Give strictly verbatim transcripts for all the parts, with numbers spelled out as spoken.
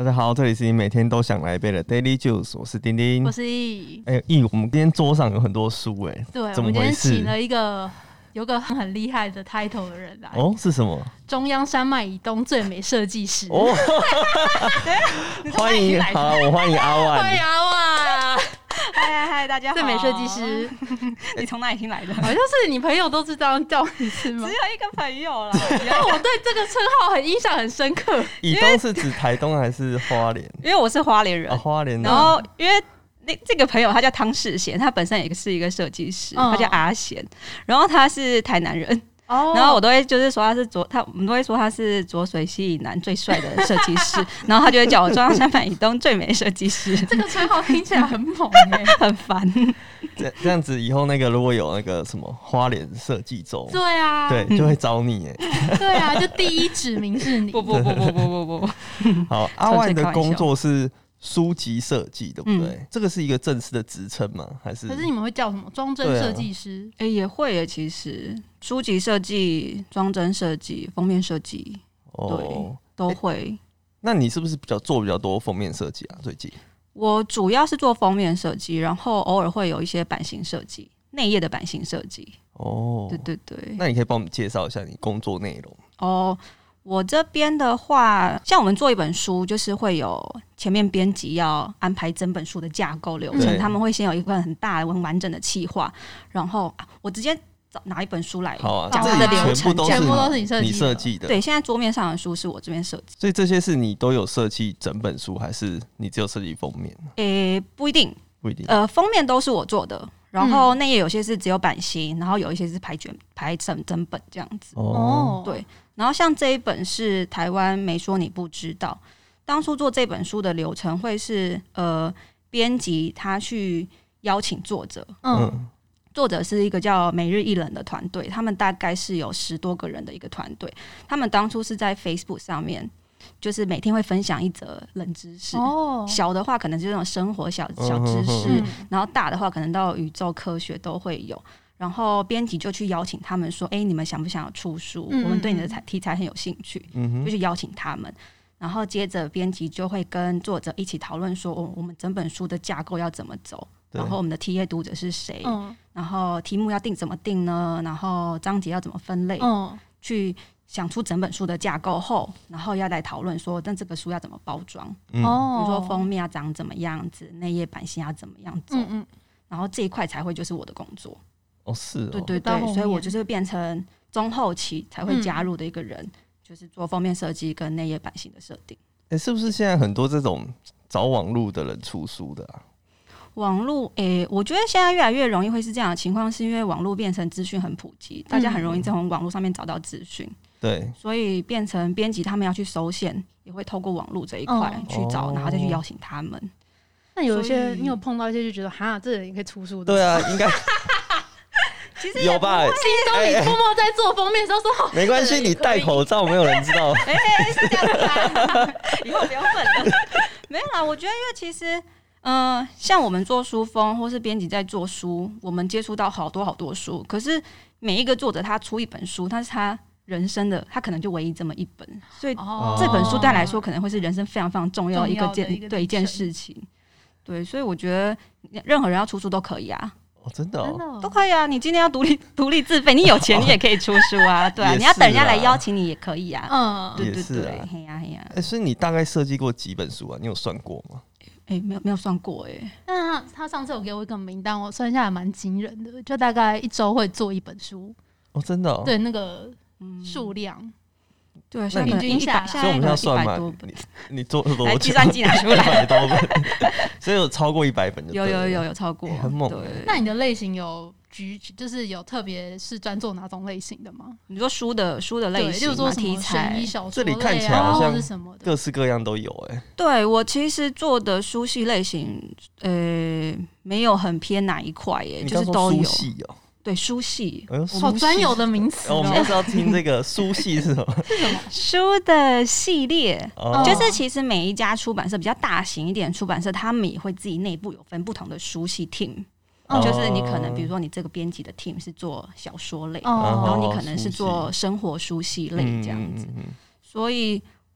家好，这里是你每天都想来一杯的 Daily Juice， 我是丁丁， 我是易。 哎、欸，易，我们今天桌上有很多书、欸，哎， 对， 怎么回事？ 我们今天请了一个有个很厉害的 title 的人来。 哦，是什么？ 中央山脉以东最美设计师。 哦，欢迎，好，我欢迎阿万， 欢迎阿万。 嗨嗨嗨，大家好！ 最美设计师， 你从哪里听来的？ 好像是你朋友都是这样叫你是吗？ 只有一个朋友啦。 但我对这个称号很印象很深刻。 以东是指台东还是花莲？ 因为我是花莲人， 哦、花莲。 然后因为那这个朋友他叫汤世贤，他本身也是一个设计师，嗯、他叫阿贤，然后他是台南人。Oh. 然后我都会就是说他是左他我们都会说他是浊水溪以南最帅的设计师，然后他就会叫我中央山脉以东最美设计师。 这个称号听起来很猛哎、欸， 很烦。 这这样子以后那个如果有那个什么花莲设计周， 对啊， 对就会找你哎、 欸。对啊，就第一指名是你。 不不不不不不不。 好，阿万的工作是书籍设计，对不对、嗯？这个是一个正式的职称吗？还是？ 可是你们会叫什么？装帧设计师？ 哎、啊欸，也会耶。其实书籍设计、装帧设计、封面设计，哦，对，都会、欸。 那你是不是比较做比较多封面设计啊？最近我主要是做封面设计，然后偶尔会有一些版型设计，内页的版型设计。 哦， 对对对。 那你可以帮我们介绍一下你工作内容？ 哦。我这边的话，像我们做一本书，就是会有前面编辑要安排整本书的架构流程，他们会先有一份很大的、很完整的企划，然后、啊、我直接找拿一本书来讲它的流程， 全部都是你设计的。 对，现在桌面上的书是我这边设计， 所以这些是你都有设计整本书，还是你只有设计封面？ 诶、欸，不一定， 不一定。 呃，封面都是我做的。然后内页有些是只有版型，然后有一些是排卷排整整本这样子。 哦， 对。然后像这一本是台湾没说你不知道，当初做这本书的流程会是呃，编辑他去邀请作者，嗯，作者是一个叫每日一人的团队，他们大概是有十多个人的一个团队，他们当初是在 Facebook 上面。就是每天会分享一则冷知识，哦、小的话可能就是那种生活小小知识，嗯、然后大的话可能到宇宙科学都会有。然后编辑就去邀请他们说：“哎、欸，你们想不想要出书？嗯、我们对你的题材很有兴趣。嗯”就去邀请他们。然后接着编辑就会跟作者一起讨论说：“哦，我们整本书的架构要怎么走？然后我们的 T A 读者是谁？嗯、然后题目要定怎么定呢？然后章节要怎么分类？嗯、去。”想出整本书的架构后，然后要来讨论说，那这个书要怎么包装？嗯，比如说封面要长怎么样子，内页版型要怎么样走？嗯嗯，然后这一块才会就是我的工作。 哦，是哦， 对对对，所以我就是变成中后期才会加入的一个人，嗯、就是做封面设计跟内页版型的设定。 哎、欸，是不是现在很多这种找网路的人出书的啊？ 网络诶、欸，我觉得现在越来越容易会是这样的情况，是因为网络变成资讯很普及，大家很容易从网络上面找到资讯。 对， 所以变成编辑他们要去收线，也会透过网络这一块去找、哦，然后再去邀请他们。 那有一些你有碰到一些就觉得哈，这人也可以出书的？ 对啊，应该其实有吧？ 心中你默默在做封面的时候说， 没关系，你戴口罩，没有人知道。 哎、欸，是这样子以后不要问了。没有啦，我觉得因为其实。呃，像我们做书封或是编辑在做书，我们接触到好多好多书，可是每一个作者他出一本书，他是他人生的，他可能就唯一这么一本，所以这本书对他来说可能会是人生非常非常重要的一个件，一对一件事情。对，所以我觉得任何人要出书都可以啊。 哦，真的、哦， 都可以啊！你今天要独立独立自费，你有钱你也可以出书啊，对啊，你要等人家来邀请你也可以啊。嗯，对对对，嘿呀嘿呀。 哎，所以你大概设计过几本书啊？你有算过吗？ 哎、欸，没有没有算过哎、欸。 但他他上次有给我一个名单，我算下来蛮惊人的，就大概一周会做一本书。 哦，真的、哦？ 对，那个数量。嗯对，现在平均一百， 所以我们要算嘛？你你做多久？ 来计算机拿出来， 一百多本，所以有超过一百本就对了。 有有有有超过， 欸、很猛。 那你的类型有局，就是有特别是专做哪种类型的吗？ 你说书的书的类型， 就是说什么题材、 悬疑小说、啊， 这里看起来好像是什么的， 各式各样都有哎、欸。 对我其实做的书系类型，呃，没有很偏哪一块耶、欸，就是都有。 书系哦。 对，书系， 哎、 好专有的名词、 哦。我们就是要听这个书系是什么？ 是什么？ 书的系列、 哦， 就是其实每一家出版社比较大型一点的出版社，他们也会自己内部有分不同的书系 team。哦、就是你可能，比如说你这个编辑的 team 是做小说类，哦、然后你可能是做生活书系类这样子。嗯嗯嗯嗯，所以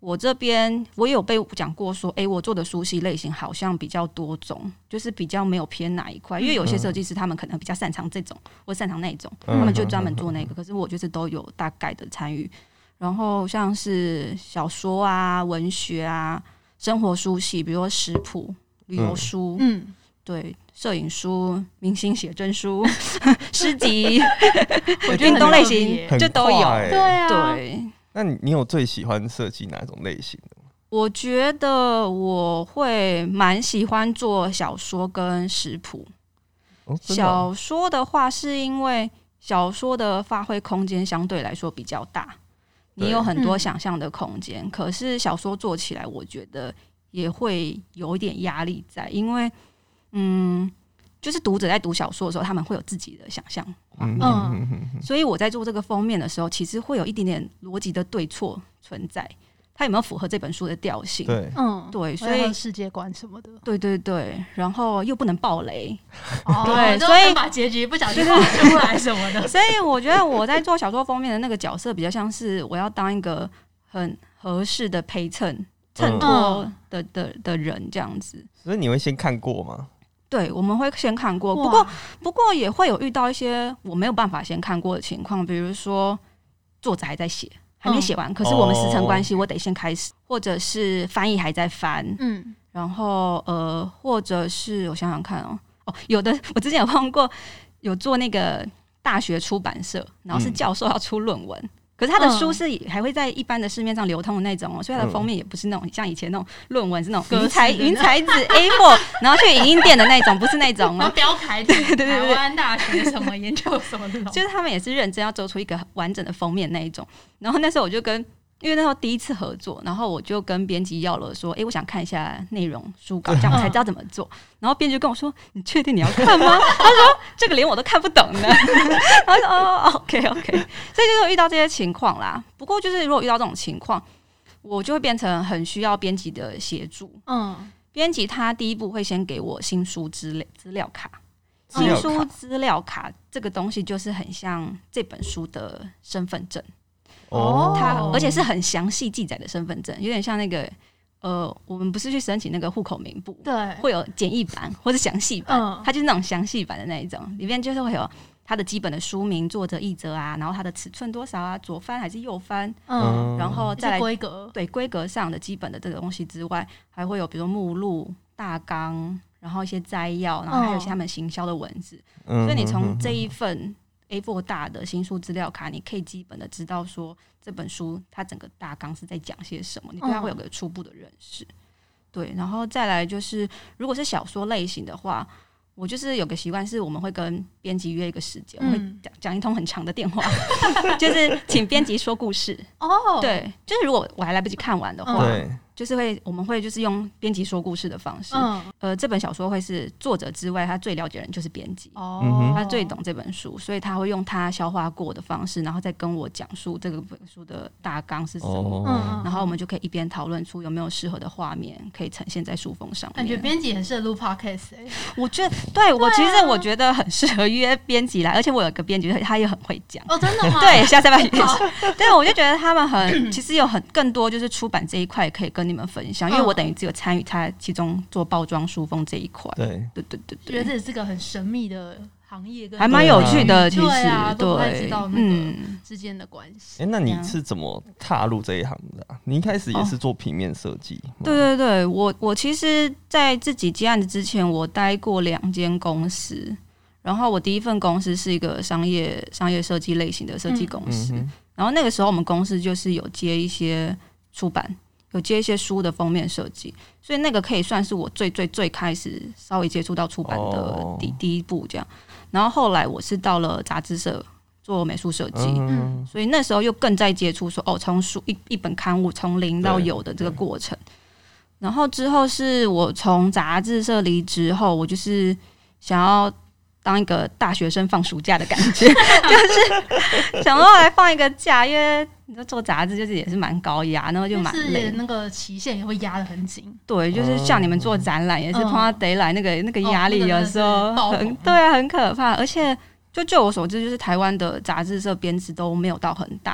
我这边我也有被讲过说，哎、欸，我做的书系类型好像比较多种，就是比较没有偏哪一块，因为有些设计师他们可能比较擅长这种，或擅长那种，他们就专门做那个。可是我就是都有大概的参与，然后像是小说啊、文学啊、生活书系，比如说食谱、旅游书，嗯，对，摄影书、明星写真书、诗集，运动类型就都有， 对啊， 对。 那你你有最喜欢设计哪种类型的吗？ 我觉得我会蛮喜欢做小说跟食谱。哦，小说的话，是因为小说的发挥空间相对来说比较大，你有很多想象的空间。可是小说做起来，我觉得也会有一点压力在，因为嗯。就是读者在读小说的时候，他们会有自己的想象画面，嗯，所以我在做这个封面的时候，其实会有一点点逻辑的对错存在，它有没有符合这本书的调性？ 对， 嗯， 对，所以世界观什么的， 对对对，然后又不能爆雷， 哦、 对，所以把结局不小心画出来什么的。 所以我觉得我在做小说封面的那个角色，比较像是我要当一个很合适的陪衬、衬托的的的人这样子。 所以你会先看过吗？ 对，我们会先看过，不过不过也会有遇到一些我没有办法先看过的情况，比如说作者还在写，还没写完，嗯、可是我们时程关系，我得先开始，或者是翻译还在翻，嗯，然后呃，或者是我想想看哦，哦，有的我之前有碰过，有做那个大学出版社，然后是教授要出论文。嗯，可是他的书是还会在一般的市面上流通的那种哦，所以他的封面也不是那种像以前那种论文是那种云彩云彩纸 A 四， 然后去影音店的那种，不是那种哦， 标楷体，对对对，台湾大学什么研究所那种， 就是他们也是认真要做出一个完整的封面那一种。然后那时候我就跟。因为那时候第一次合作，然后我就跟编辑要了说，哎、欸，我想看一下内容书稿，这样我才知道怎么做。然后编辑跟我说：“你确定你要看吗？”他说：“这个连我都看不懂呢。”然后说：“哦 ，OK OK。”所以就是遇到这些情况啦。不过就是如果遇到这种情况，我就会变成很需要编辑的协助。嗯，编辑他第一步会先给我新书资资料卡。新书资料卡这个东西就是很像这本书的身份证。哦，它而且是很详细记载的身份证，有点像那个呃，我们不是去申请那个户口名簿， 对， 会有简易版或者详细版，嗯，它就是那种详细版的那一种，里面就是会有它的基本的书名、作者、译者啊，然后它的尺寸多少啊，左翻还是右翻，嗯，然后再来规格， 对规格上的基本的这个东西之外，还会有比如说目录、大纲，然后一些摘要，然后还有一些他们行销的文字，嗯，所以你从这一份A 四 大的新书资料卡，你可以基本的知道说这本书它整个大纲是在讲些什么，你对它会有个初步的认识。嗯，对，然后再来就是，如果是小说类型的话，我就是有个习惯，是我们会跟编辑约一个时间，嗯，我会讲讲一通很长的电话，就是请编辑说故事。哦，对，就是如果我还来不及看完的话，嗯，就是会我们会就是用编辑说故事的方式，嗯，呃，这本小说会是作者之外，他最了解的人就是编辑，哦，他最懂这本书，所以他会用他消化过的方式，然后再跟我讲述这个本书的大纲是什么，哦，然后我们就可以一边讨论出有没有适合的画面可以呈现在书封上面。 感觉编辑很适合录 podcast，欸， 我觉得对我其实我觉得很适合约编辑来，而且我有个编辑他也很会讲。 哦，真的吗？ 对，下次吧也是。对，我就觉得他们很其实有很更多就是出版这一块可以跟你们分享，因为我等于只有参与他其中做包装书封这一块。对对对对对， 觉得这也是个很神秘的行业， 还蛮有趣的。其实对啊，都不太知道那个之间的关系。 哎，嗯，那你是怎么踏入这一行的啊？你一开始也是做平面设计？ 哦，对对对，我我其实在自己接案子之前，我待过两间公司。然后我第一份公司是一个商业商业设计类型的设计公司，嗯，然后那个时候我们公司就是有接一些出版，有接一些书的封面设计，所以那个可以算是我最最最开始稍微接触到出版的第，哦，第一步这样。然后后来我是到了杂志社做美术设计，嗯，所以那时候又更在接触说哦，从书一一本刊物从零到有的这个过程。然后之后是我从杂志社离职后，我就是想要当一个大学生放暑假的感觉，就是想说来放一个假，因为你说做杂志就是也是蛮高压，然后就蛮累， 那个期限也会压得很紧。 对，就是像你们做展览也是碰到 deadline，嗯，那个那个压力有时候很，对啊，很可怕。而且就就我所知，就是台湾的杂志社编制都没有到很大，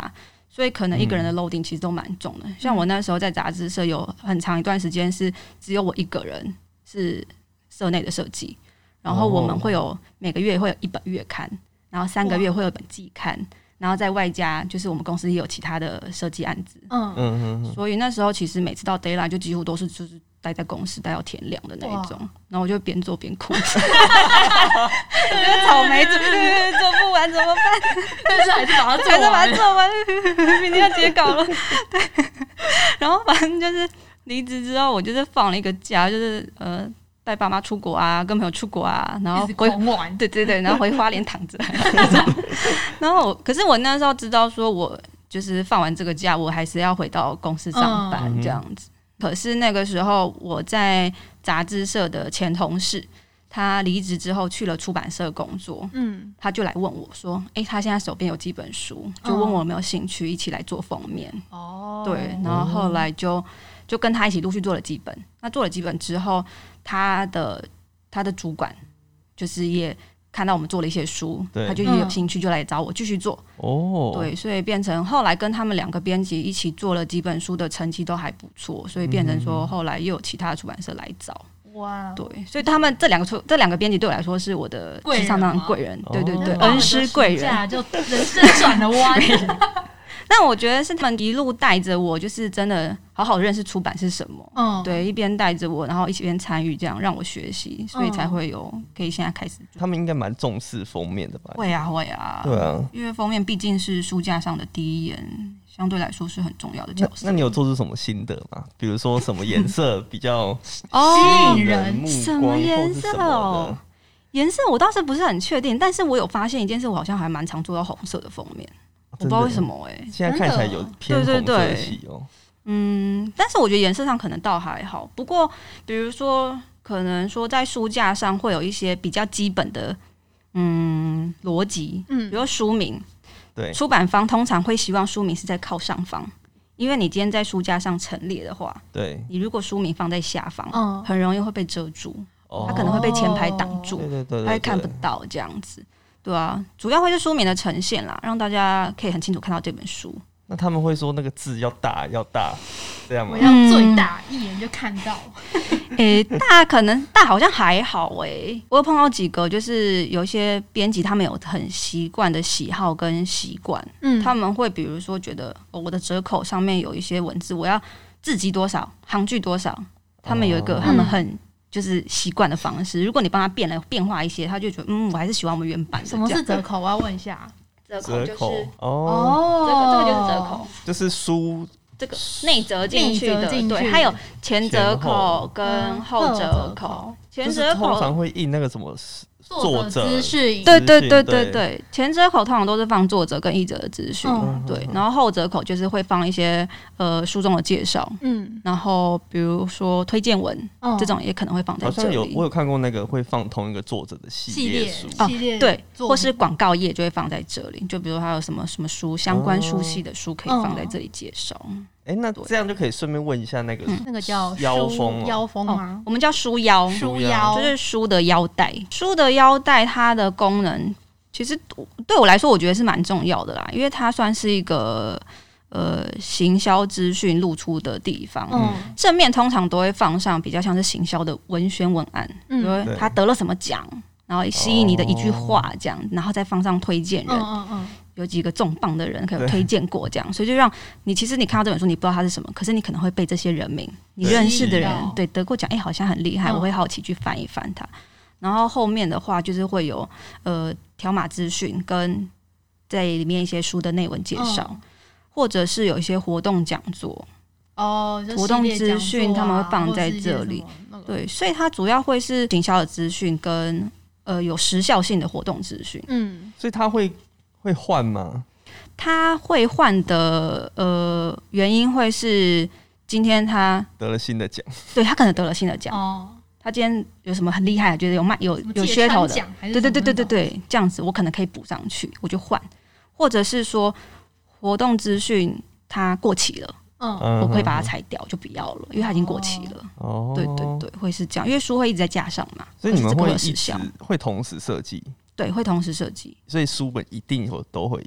所以可能一个人的 loading 其实都蛮重的。嗯、像我那时候在杂志社有很长一段时间是只有我一个人是社内的设计，然后我们会有每个月会有一本月刊，然后三个月会有一本季刊，然后再外加就是我们公司也有其他的设计案子。嗯嗯，所以那时候其实每次到 deadline 就几乎都是就是待在公司待到天亮的那一种，然后我就边做边哭，我觉得草莓做做不完怎么办？ 但是还是把它做完， 还是把它做完，明天要截稿了。对，然后反正就是离职之后，我就是放了一个假，就是呃带爸妈出国啊，跟朋友出国啊，然后回玩， 对对对，然后回花莲躺着。然后我，可是我那时候知道说，我就是放完这个假，我还是要回到公司上班这样子。嗯，可是那个时候我在杂志社的前同事，他离职之后去了出版社工作，嗯，他就来问我说：“哎、欸，他现在手边有几本书，就问我有没有兴趣一起来做封面。”哦，对，然后后来就就跟他一起陆续做了几本。那做了几本之后，他的他的主管就是也看到我们做了一些书，他就也有兴趣，就来找我继续做。哦，对，所以变成后来跟他们两个编辑一起做了几本书的成绩都还不错，所以变成说后来又有其他的出版社来找。哇，对，所以他们这两个出这两个编辑对我来说是我的职场上的贵人，对对对，恩师贵人， 就人生转了弯。 但我觉得是他们一路带着我，就是真的好好认识出版是什么。嗯，对，一边带着我，然后一边参与，这样让我学习，所以才会有可以现在开始。 他们应该蛮重视封面的吧？ 会啊，会啊，对啊，因为封面毕竟是书架上的第一眼，相对来说是很重要的角色。 那, 那你有做出什么心得吗？比如说什么颜色比较吸引人目光， 什么颜色哦？颜色我倒是不是很确定，但是我有发现一件事，我好像还蛮常做到红色的封面。我不知道为什么哎、欸， 现在看起来有偏红色系哦。 嗯，但是我觉得颜色上可能倒还好。不过，比如说，可能说在书架上会有一些比较基本的嗯逻辑，嗯，比如说书名， 对， 出版方通常会希望书名是在靠上方，因为你今天在书架上陈列的话， 对， 你如果书名放在下方，嗯，很容易会被遮住，哦、它可能会被前排挡住， 对对 对, 对， 它会看不到这样子。对啊，主要会是书名的呈现啦，让大家可以很清楚看到这本书。 那他们会说那个字要大要大，这样吗？ 我要最大，嗯、一眼就看到。 诶、欸，大可能大好像还好诶、欸。我有碰到几个，就是有一些编辑，他们有很习惯的喜好跟习惯，嗯，他们会比如说觉得、哦、我的折口上面有一些文字，我要字级多少，行距多少，他们有一个、哦、他们很。就是习惯的方式，如果你帮他变了变化一些，他就觉得嗯，我还是喜欢我们原版的。 什么是折口？我要问一下。 折口就是哦， 这个这个就是折口， 就是书这个内折进去的，对，还有前折口跟后折口。前折口通常会印那个什么作者资讯， 对对对对对，前折口通常都是放作者跟译者的资讯，嗯、对，然后后折口就是会放一些呃书中的介绍，嗯，然后比如说推荐文、嗯、这种也可能会放在这里。 好像有我有看过那个会放同一个作者的系列书， 系列、 哦、对，或是广告页就会放在这里，就比如还有什么什么书相关书系的书可以放在这里介绍。 哎、欸，那这样就可以顺便问一下那个、嗯、 那个叫腰封、喔， 腰封吗、 哦？我们叫书腰， 书腰就是书的腰带。书的腰带它的功能，其实对我来说，我觉得是蛮重要的啦，因为它算是一个呃行销资讯露出的地方。嗯，正面通常都会放上比较像是行销的文宣文案，嗯，比如他得了什么奖，然后吸引你的一句话这样，然后再放上推荐人。嗯嗯嗯，有几个重磅的人可以有推荐过这样，所以就让你其实你看到这本书，你不知道它是什么，可是你可能会被这些人名你认识的人对得过奖，哎、欸，好像很厉害，我会好奇去翻一翻它。然后后面的话就是会有呃条码资讯跟在里面一些书的内文介绍、嗯，或者是有一些活动讲座哦， 活动资讯他们会放在这里，那個、对，所以它主要会是行销的资讯跟呃有时效性的活动资讯， 嗯，所以它会会换吗？ 它会换的呃原因会是今天他得了新的奖， 对他可能得了新的奖哦。他今天有什么很厉害的，觉得有卖有有噱头的，对对对对对对，这样子我可能可以补上去，我就换，或者是说活动资讯它过期了，嗯，我可以把它裁掉，就不要了，因为它已经过期了。哦，对对对，会是这样，因为书会一直在架上嘛， 所以你们会一直会同时设计， 对，会同时设计， 所以书本一定有都会有。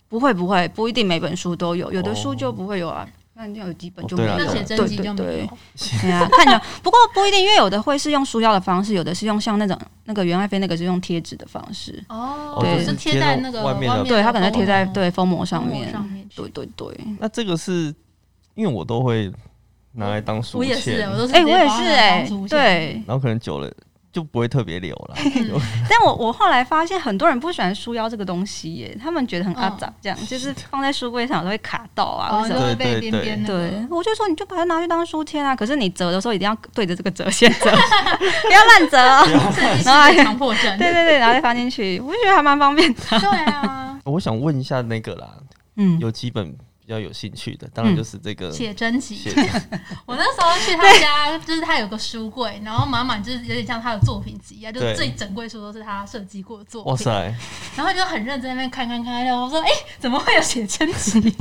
不会不会，不一定每本书都有，有的书就不会有啊。看有几本就没有， 那写真集就没有。 对啊，看起来不过不一定，因为有的会是用书腰的方式，有的是用像那种那个袁爱妃那个是用贴纸的方式。 哦，对，是贴在那个外面的， 对，它可能贴在对封膜上面。对对对。 那这个是因为我都会拿来当书签， 我也是，我都是哎，我也是哎，对。 然后可能久了就不会特别留了。 但我我后来发现很多人不喜欢书腰这个东西耶，他们觉得很阿杂，这样、嗯、就是放在书柜上都会卡到啊， 或者会被边边。 对，我就说你就把它拿去当书签啊，可是你折的时候一定要对着这个折线折，不要乱折哦， 然后强迫症。 对对对，然后再放进去，我就觉得还蛮方便的。 对啊， 我想问一下那个啦，嗯，有几本比较有兴趣的，当然就是这个写真集。我那时候去他家，就是他有个书柜，然后满满就是有点像他的作品集啊，就是这整柜书都是他设计过的作品。哇塞！然后就很认真在那边看看看，然后我说：“哎、欸，怎么会有写真集？”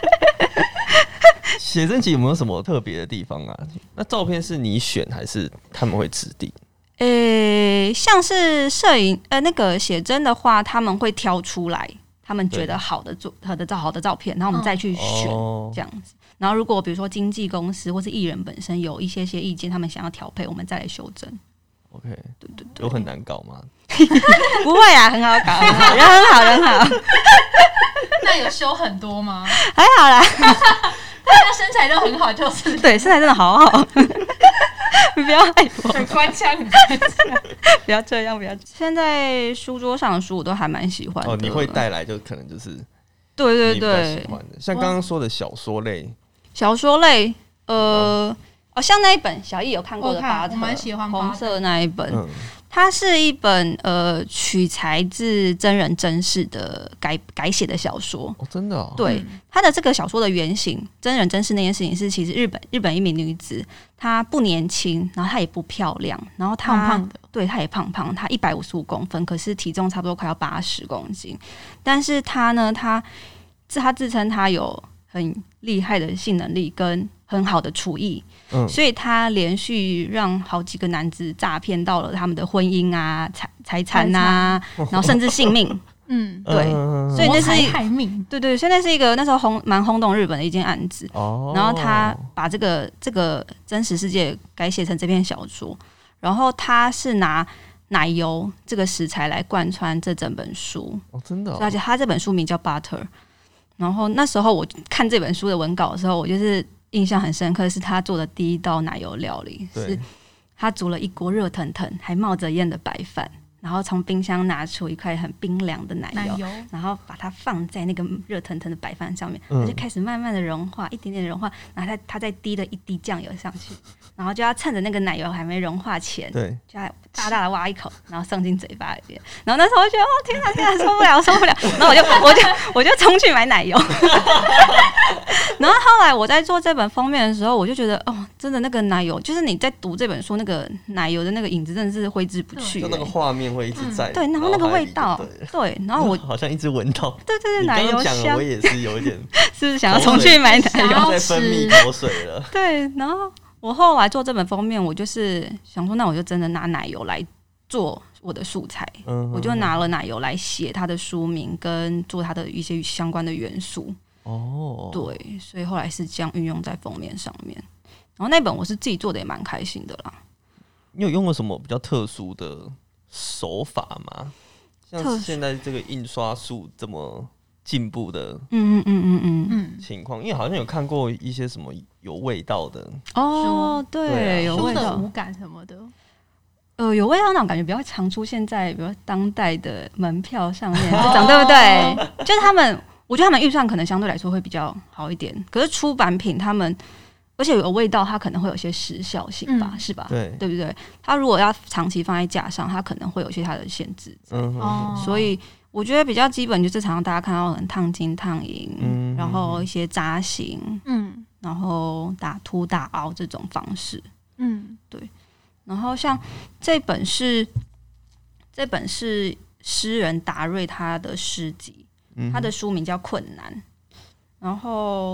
写真集有没有什么特别的地方啊？那照片是你选还是他们会指定？ 呃、欸，像是摄影呃那个写真的话，他们会挑出来。他们觉得好的做好的照好的照片，然后我们再去选、哦、这样子。然后如果比如说经纪公司或是艺人本身有一些些意见，他们想要调配，我们再来修正。 OK， 对对对， 有很难搞吗？ 不会啊，很好搞，很好，人很好，人好。 那有修很多吗？ 还好啦， 大家身材都很好，就是对，身材真的好好。你不要害我， 很官腔，很官腔， 不要这样，不要。现在书桌上的书我都还蛮喜欢的。 哦，你会带来就可能就是， 对对对， 喜欢的。像刚刚说的小说类， 小说类，呃，哦，像那一本小易有看过的《巴特》， 我蛮喜欢红色那一本。嗯，它是一本呃取材自真人真事的改改写的小说。 哦，真的哦。 对，它的这个小说的原型，真人真事那件事情是，其实日本日本一名女子，她不年轻，然后她也不漂亮，然后她胖胖的， 对，她也胖胖，她一百五十五公分，可是体重差不多快要八十公斤。但是她呢，她她自称她有很厉害的性能力跟很好的厨艺。嗯，所以他连续让好几个男子诈骗到了他们的婚姻啊、财财产啊，然后甚至性命。嗯，对，所以那是害命， 对对，所以那是一个那时候轰蛮轰动日本的一件案子。哦，然后他把这个这个真实世界改写成这篇小说，然后他是拿奶油这个食材来贯穿这整本书。 哦，真的、哦， 而且他这本书名叫 Butter。然后那时候我看这本书的文稿的时候，我就是印象很深刻，是他做的第一道奶油料理，是他煮了一锅热腾腾还冒着烟的白饭，然后从冰箱拿出一块很冰凉的奶 油, 奶油然后把它放在那个热腾腾的白饭上面，它、嗯、就开始慢慢的融化，一点点的融化，然后他他再滴了一滴酱油上去，然后就要趁着那个奶油还没融化前，对，就要大大的挖一口，然后送进嘴巴里面。然后那时候我觉得，哦天啊天啊，受不了受不了！然后我就我就我就冲去买奶油。然后后来我在做这本封面的时候，我就觉得，哦，真的那个奶油，就是你在读这本书，那个奶油的那个影子真的是挥之不去、欸， 就那个画面会一直在、嗯， 对，然后那个味道，对，然后我好像一直闻到， 对对对，奶油香， 我也是有一点， 是不是想要冲去买奶油？ 在分泌口水了。 对，然后我后来做这本封面，我就是想说，那我就真的拿奶油来做我的素材，嗯、我就拿了奶油来写它的书名，跟做它的一些相关的元素。哦，对，所以后来是这样运用在封面上面。然后那本我是自己做的，也蛮开心的啦。 你有用过什么比较特殊的手法吗？像现在这个印刷术这么进步的，嗯嗯嗯嗯嗯情况，因为好像有看过一些什么有味道的哦，对，对啊、有味道、 无感什么的。 呃，有味道那种感觉比较常出现在比如当代的门票上面，这种对不对？就是他们。我觉得他们预算可能相对来说会比较好一点，可是出版品他们，而且有味道，它可能会有些时效性吧，嗯、是吧？对，对不对？它如果要长期放在架上，它可能会有些它的限制。嗯，所以我觉得比较基本就是常常大家看到很烫金、烫银，嗯、然后一些扎型，嗯，然后打凸、打凹这种方式，嗯，对。然后像这本是这本是诗人达瑞他的诗集。他的书名叫《困难》，然后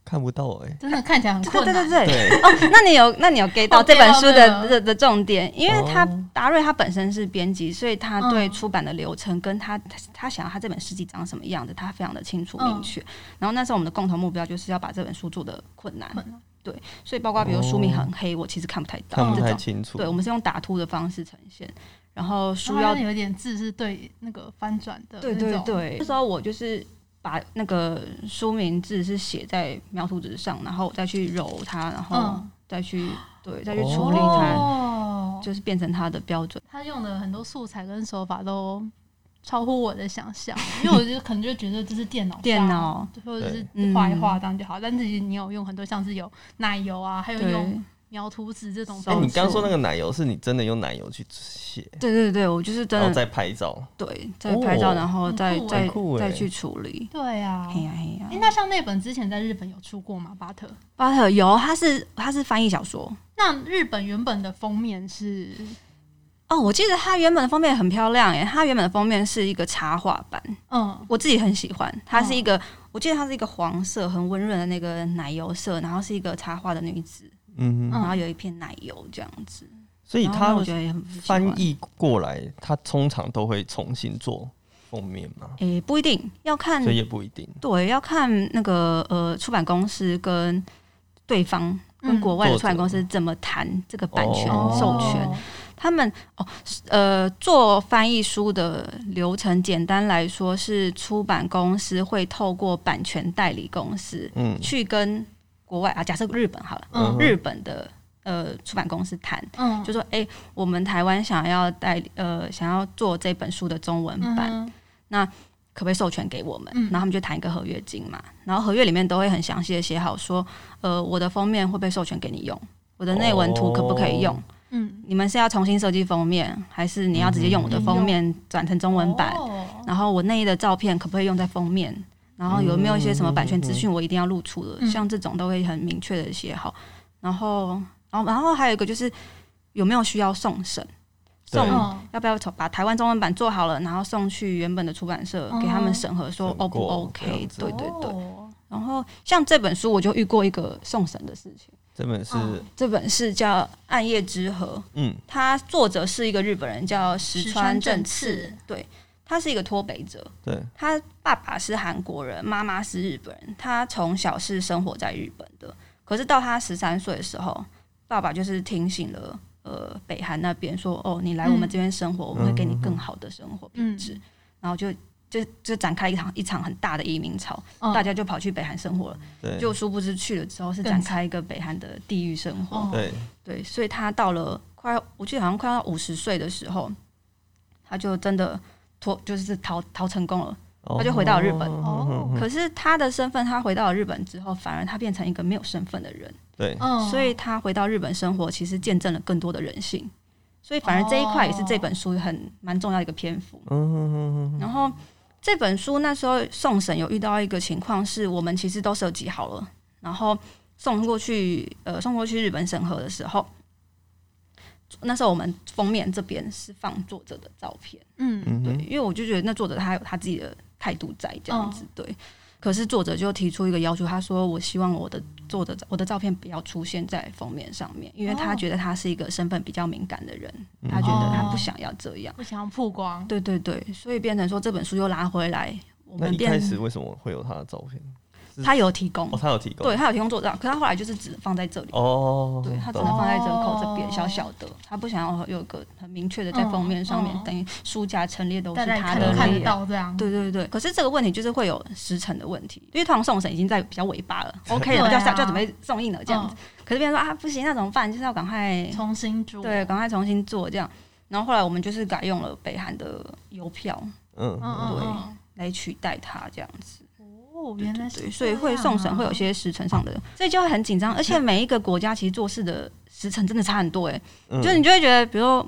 看不到哎、欸， 真的看起来很困难。 对对对对。哦，那你有那你有 get 到这本书的的的重点？因为他达瑞他本身是编辑，所以他对出版的流程跟他他想要他这本诗集长什么样的，他非常的清楚明确。然后那时候我们的共同目标就是要把这本书做的困难。对，所以包括比如书名很黑，我其实看不太到， 看不太清楚。 对，我们是用打凸的方式呈现。然后书要有点字是对那个翻转的， 对对对。那时候我就是把那个书名字是写在描图纸上，然后我再去揉它，然后再去、嗯、对再去处理它、哦，就是变成它的标准。 他用的很多素材跟手法都超乎我的想象，因为我就可能就觉得这是电脑电脑或者是画一画这样就好，但是你有用很多像是有奶油啊，还有用描图纸这种。 哎、欸，你刚刚说那个奶油是你真的用奶油去写？ 对对对，我就是真的。 然后再拍照。 对，再拍照，哦、然后再再、 欸、 再去处理。 对啊， 嘿呀嘿呀。 哎、欸，那像那本之前在日本有出过吗？巴特巴特有，他是他是翻译小说。 那日本原本的封面是？ 哦，我记得它原本的封面很漂亮耶，它原本的封面是一个插画版，嗯，我自己很喜欢。它是一个，嗯、我记得它是一个黄色很温润的那个奶油色，然后是一个插画的女子，嗯，然后有一片奶油这样子。 所以它我觉得也很翻译过来，它通常都会重新做封面吗？ 诶、欸，不一定，要看， 所以也不一定。 对，要看那个呃出版公司跟对方跟国外的出版公司怎么谈这个版权授权。哦，他们哦，呃，做翻译书的流程，简单来说是出版公司会透过版权代理公司，嗯，去跟国外啊，假设日本好了，嗯，日本的呃出版公司谈，嗯，就说，哎、欸，我们台湾想要代理，呃，想要做这本书的中文版，嗯、那可不可以授权给我们？嗯、然后他们就谈一个合约金嘛，然后合约里面都会很详细的写好说，呃，我的封面会不会授权给你用，我的内文图可不可以用？哦，嗯，你们是要重新设计封面，还是你要直接用我的封面转成中文版？嗯、然后我内页的照片可不可以用在封面？然后有没有一些什么版权资讯我一定要露出的？嗯、像这种都会很明确的写好。然后，然后，然后还有一个就是有没有需要送审？送要不要把台湾中文版做好了，然后送去原本的出版社给他们审核，说 O 不 OK？ 对对对。然后像这本书，我就遇过一个送审的事情。 这本是、哦、 这本是叫《暗夜之河》，嗯，他作者是一个日本人，叫石川正次，对，他是一个脱北者， 对， 他爸爸是韩国人，妈妈是日本人，他从小是生活在日本的，可是到他十三岁的时候，爸爸就是听信了呃北韩那边说，哦，你来我们这边生活，嗯、我们会给你更好的生活品质，嗯、然后就。就, 就展开一场一场很大的移民潮，哦、大家就跑去北韩生活了。就殊不知去了之后是展开一个北韩的地狱生活。 对对，所以他到了快，我记得好像快要五十岁的时候，他就真的脱，就是逃逃成功了。哦、他就回到了日本。哦、可是他的身份，他回到了日本之后，反而他变成一个没有身份的人。 对， 所以他回到日本生活，其实见证了更多的人性。所以反而这一块也是这本书很蛮重要的一个篇幅。嗯、然后。这本书那时候送审有遇到一个情况，是我们其实都设计好了，然后送过去，呃，送过去日本审核的时候，那时候我们封面这边是放作者的照片，嗯，对，因为我就觉得那作者他有他自己的态度在这样子，对。可是作者就提出一个要求，他说：“我希望我的作者我的照片不要出现在封面上面，因为他觉得他是一个身份比较敏感的人，哦、他觉得他不想要这样， 不想要曝光。对对对，所以变成说这本书又拉回来。我们那一开始为什么会有他的照片？ 他有提供， 哦，他有提供， 对他有提供作者，可是他后来就是只放在这里。哦，对他只能放在折扣这边，小小的，他不想要有个很明确的在封面上面，嗯、等于书架陈列都是他的看到这样。 对对对，可是这个问题就是会有时程的问题，因为通常送审已经在比较尾巴了 ，OK 了，就要就要准备送印了这样子。嗯、可是别人说啊不行，那怎么办？就是要赶快重新做， 对，赶快重新做这样。然后后来我们就是改用了北韩的邮票，嗯，对，嗯、来取代它这样子。 哦，原来是、啊、 对，所以会送审会有些时程上的，所以就会很紧张，而且每一个国家其实做事的时程真的差很多哎、欸，嗯、就你就会觉得，比如说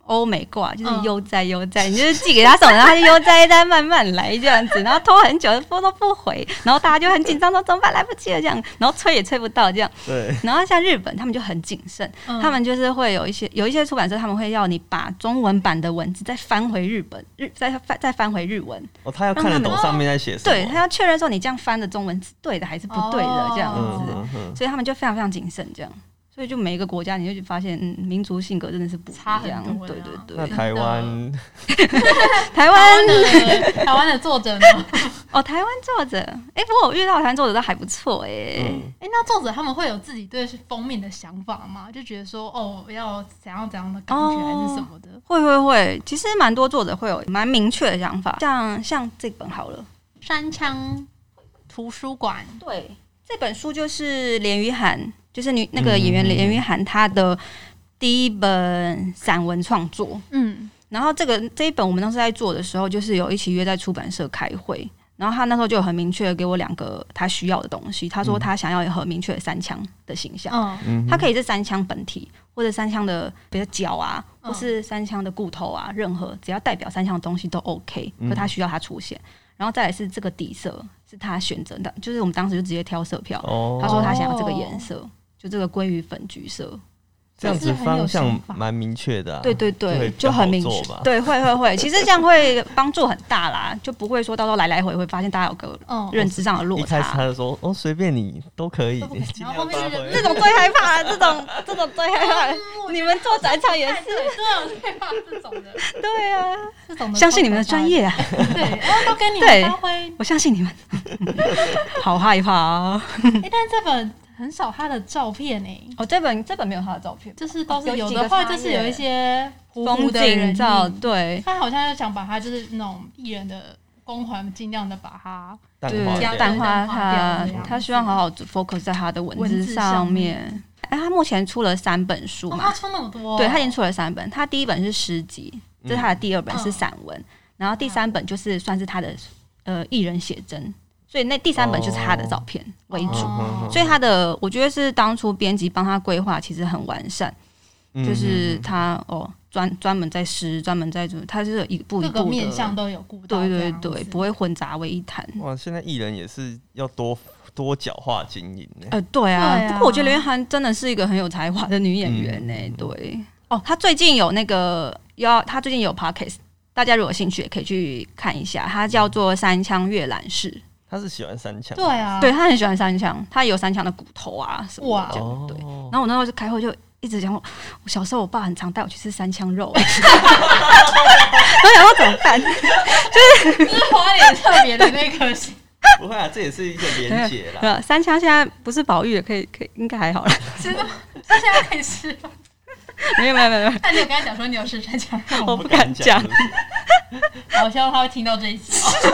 欧美挂，就是悠哉悠哉，你就是寄给他什么，然后他就悠哉哉慢慢来这样子，然后拖很久都不回，然后大家就很紧张说怎么办来不及了这样，然后催也催不到这样。 对。 然后像日本他们就很谨慎，嗯、他们就是会有一些有一些出版社他们会要你把中文版的文字再翻回日本日再翻再翻回日文。 哦，他要看得懂上面在写什么。 对，他要确认说你这样翻的中文是对的还是不对的这样子，哦嗯嗯、所以他们就非常非常谨慎这样。所以就每一个国家，你就发现，嗯，民族性格真的是不一样。对对对。 那台湾， 台湾的台湾的作者呢？ 哦，台湾作者，哎、欸，不过我遇到台湾作者都还不错、欸，哎、 嗯，哎、欸，那作者他们会有自己对封面的想法吗？就觉得说，哦，要怎样怎样的感觉，还是什么的？ 会会会，其实蛮多作者会有蛮明确的想法，像像这本好了， 《山羌图书馆》。 对，这本书就是连俞涵。就是女那个演员连俞涵她的第一本散文创作，嗯，然后这个这一本我们当时在做的时候，就是有一起约在出版社开会，然后他那时候就有很明确的给我两个他需要的东西，他说他想要有很明确的三枪的形象，嗯，他可以是三枪本体，或者三枪的比如脚啊，或是三枪的骨头啊，任何只要代表三枪的东西都 OK， 可他需要它出现。然后再来是这个底色是他选择的，就是我们当时就直接挑色票，哦、他说他想要这个颜色。就这个鲑鱼粉橘色， 这样子方向蛮明确的、啊， 对对对，就很明确，对，会会会，其实这样会帮助很大啦，就不会说到时候来来回回发现大家有个认知上的落差。 一开始他就说哦，随便你都可以，你尽量发挥。 这种最害怕，这种这种最害怕，你们做展场也是， 对，最怕这种的， 对啊，这种相信你们的专业啊， 对，然后都跟你们发挥， 我相信你们，好害怕啊！ 哎，但这本。很少他的照片哎、欸， 哦，这本这本没有他的照片， 就是都是有的话，就是有一些风景照，对， 他好像就想把他就是那种艺人的光环，尽量的把它淡化淡化他，他希望好好 focus 在他的文字上面。哎、欸，他目前出了三本书嘛？ 哦、他出那么多、哦， 对他已经出了三本。他第一本是诗集，这是他的第二本是散文，嗯、然后第三本就是算是他的呃艺人写真。所以那第三本就是他的照片为主，哦、所以他的我觉得是当初编辑帮他规划其实很完善，嗯、就是他哦专专门在诗，专门在做，他是一步一步的各个面向都有顾到， 对对对，不会混杂为一谈。 哇，现在艺人也是要多多角化经营呢。 呃，对啊，对啊，不过我觉得连俞涵真的是一个很有才华的女演员呢。嗯、对，哦，她最近有那个要，她最近有 podcast， 大家如果有兴趣也可以去看一下，它叫做《三枪阅览室》。 他是喜欢三枪， 对啊， 对他很喜欢三枪，他有三枪的骨头啊什么的，哇，对。然后我那时候就开会就一直讲，我小时候我爸很常带我去吃三枪肉，然后想说怎么办，就是就是花莲特别的那颗心。 不会啊，这也是一个连结啦。 对，三枪现在不是保育的，可以可以，应该还好了。 是吗？他现在可以吃吗？ 没有没有没有。 那你有跟他讲说你有吃三枪肉？ 我不敢讲。 好，希望他会听到这一集。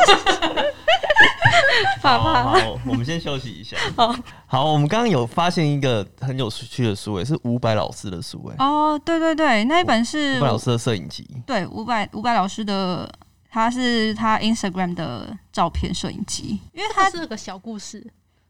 好, 好，我们先休息一下。好，好，我们刚刚有发现一个很有趣的书，也是伍佰老师的书，哎， 哦，对对对，那一本是伍佰老师的摄影集， 对，伍佰伍佰老师的，他是他 Instagram 的照片摄影集， 因为他是个小故事。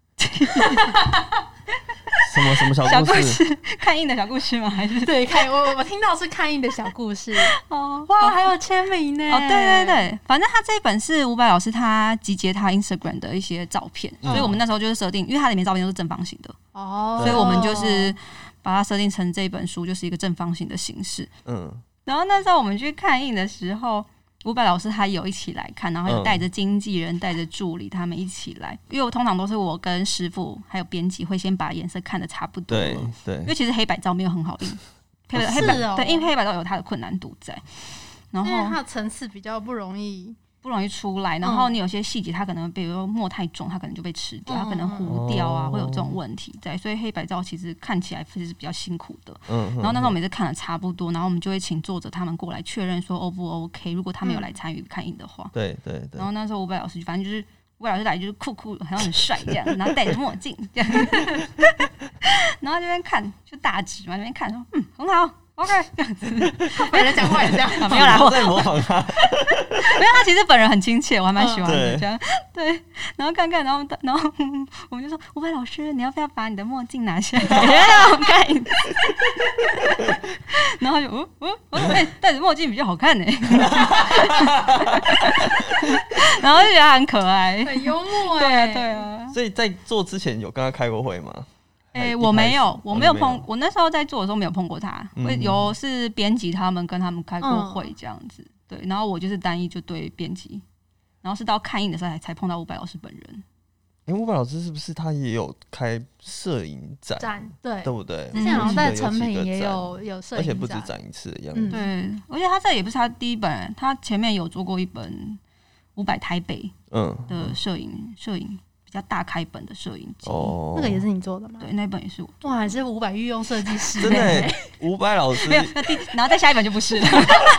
什么什么小故事？ 看印的小故事吗？还是对看我我听到是看印的小故事哦，哇，还有签名呢！ 哦，对对对，反正他这一本是伍佰老师他集结他 Instagram 的一些照片，嗯、所以我们那时候就是设定，因为它里面照片都是正方形的哦，所以我们就是把它设定成这一本书就是一个正方形的形式。嗯，然后那时候我们去看印的时候。伍佰老师他有一起来看，然后有带着经纪人、带着助理，他们一起来。因为我通常都是我跟师傅还有编辑会先把颜色看得差不多了， 对对。 因为其实黑白照没有很好印，黑白、 哦、 黑白、哦、对，因为黑白照有它的困难度在，然后因为它的层次比较不容易。 不容易出来，然后你有些细节它可能比如说墨太重，它可能就被吃掉，它可能糊掉啊，会有这种问题在，所以黑白照其实看起来其实是比较辛苦的。嗯，然后那时候我每次看的差不多，然后我们就会请作者他们过来确认说 O 不 OK， 如果他们有来参与看印的话， 对对对。 然后那时候伍佰老师反正就是伍佰老师来就是酷酷，好像很帅这样，然后戴着墨镜这样，然后这边看就大指嘛，那边看说嗯很好。 OK， 这样子， 本人讲话也这样， 没有啦， 我在模仿他。 没有，他其实本人很亲切，我还蛮喜欢的。这样对，然后看看，然后然后我们就说：“伍佰老师，你要不要把你的墨镜拿下来？让我看一次。”然后就哦哦，我说：“哎，戴着墨镜比较好看呢。”然后就觉得他很可爱， 很幽默。 对啊，对啊。 所以在做之前有跟他开过会吗？ 哎、欸，我没有，我没有碰，我那时候在做的时候没有碰过他，嗯、有是编辑他们跟他们开过会这样子，嗯、对，然后我就是单一就对编辑，然后是到看印的时候才才碰到伍佰老师本人。 哎、欸，伍佰老师是不是他也有开摄影展？ 展对， 对不对？ 之前好像在成品也有有摄影展， 而且不止展一次的样子。嗯、 对，而且他这也不是他第一本，他前面有做过一本伍佰台北的摄影摄影。比较大开本的摄影机， 哦， 那个也是你做的吗？ 对，那本也是我。 哇，还是伍佰御用设计师， 真的，伍佰老师。 没有，那第，然后再下一本就不是了。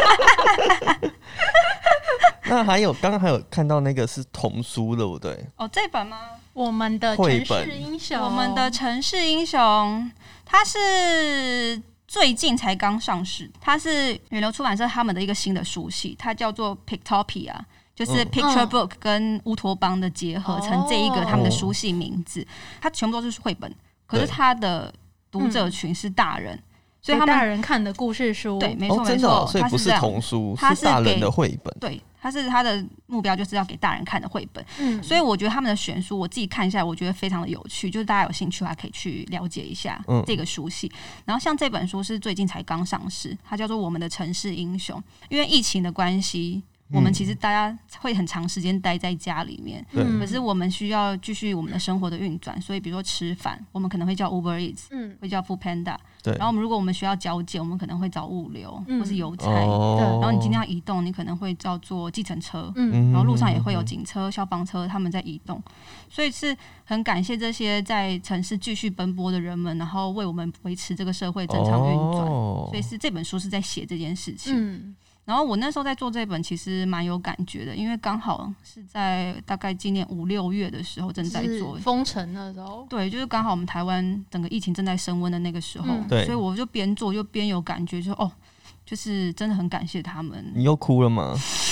那还有，刚刚还有看到那个是童书，对不对？ 哦，这本吗？ 我们的城市英雄， 我们的城市英雄，它是最近才刚上市，它是远流出版社他们的一个新的书系，它叫做 Pictopia。就是 Picture Book 跟乌托邦的结合成这一个他们的书系名字，它全部都是绘本，可是它的读者群是大人，所以他们大人看的故事书， 对，没错、 哦、 没错， 所以不是童书， 它是大人的绘本， 对，它是它的目标就是要给大人看的绘本，嗯，所以我觉得他们的选书，我自己看一下，我觉得非常的有趣，就是大家有兴趣的话可以去了解一下这个书系。嗯、然后像这本书是最近才刚上市，它叫做《我们的城市英雄》，因为疫情的关系。我们其实大家会很长时间待在家里面，可是我们需要继续我们的生活的运转，所以比如说吃饭，我们可能会叫 Uber Eats，、嗯、会叫 Food Panda， 然后我们如果我们需要交接，我们可能会找物流、嗯、或是邮差，哦、然后你今天要移动，你可能会叫做计程车，嗯、然后路上也会有警车、消防车，他们在移动，所以是很感谢这些在城市继续奔波的人们，然后为我们维持这个社会正常运转，哦、所以是这本书是在写这件事情。嗯，然后我那时候在做这本，其实蛮有感觉的，因为刚好是在大概今年五六月的时候正在做封城的时候， 对，就是刚好我们台湾整个疫情正在升温的那个时候，嗯、所以我就边做就边有感觉，就哦，就是真的很感谢他们。 你又哭了吗？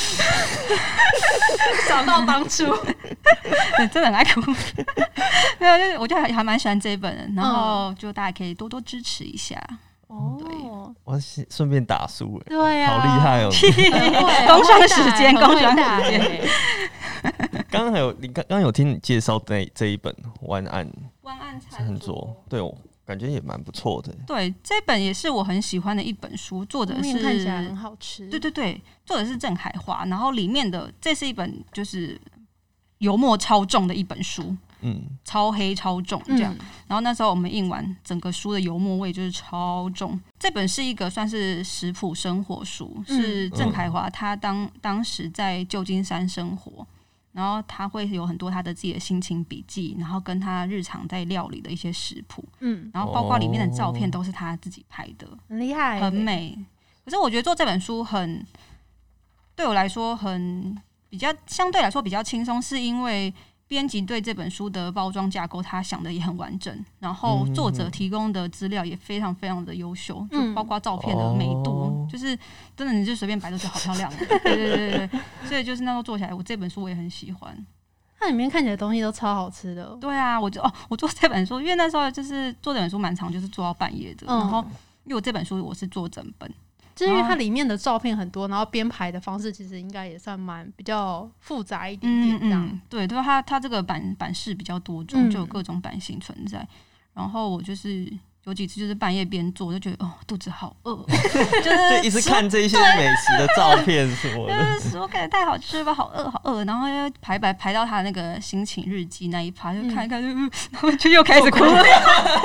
想到当初， 对，真的很爱哭。没有，就是我就还还蛮喜欢这一本的，然后就大家可以多多支持一下。 哦， 对， 我顺便打书哎， 对呀、啊， 好厉害哦！ 工商时间，工商时间。 刚刚还有你刚刚有听你介绍这这一本《湾岸湾岸餐桌》，对我感觉也蛮不错的。 对，这本也是我很喜欢的一本书，作者是看起来很好吃。 对对对，作者是郑海华，然后里面的这是一本就是油墨超重的一本书。嗯，超黑超重这样，嗯、然后那时候我们印完整个书的油墨味就是超重。这本是一个算是食谱生活书，嗯、是郑海华他当当时在旧金山生活，然后他会有很多他的自己的心情笔记，然后跟他日常在料理的一些食谱，嗯，然后包括里面的照片都是他自己拍的， 很厉害， 很美。可是我觉得做这本书很对我来说很比较相对来说比较轻松，是因为。编辑对这本书的包装架构，他想的也很完整，然后作者提供的资料也非常非常的优秀，嗯、就包括照片的美度，哦、就是真的你就随便摆都觉得好漂亮。对对对对，所以就是那时候做起来，我这本书我也很喜欢。 它里面看起来东西都超好吃的。 对啊，我就哦，我做这本书，因为那时候就是做这本书蛮长，就是做到半夜的，嗯、然后因为我这本书我是做整本。 就是因为它里面的照片很多，然后编排的方式其实应该也算蛮比较复杂一点点这样。嗯嗯、 对，对，它它这个版版式比较多种，就有各种版型存在。嗯、然后我就是有几次就是半夜边做，就觉得哦肚子好饿，就是就一直看这些美食的照片什么的， 就是食物看起来太好吃了，好饿好饿，然后又排排排到他那个心情日记那一趴，就看一看就，嗯、然后就又开始哭了，因为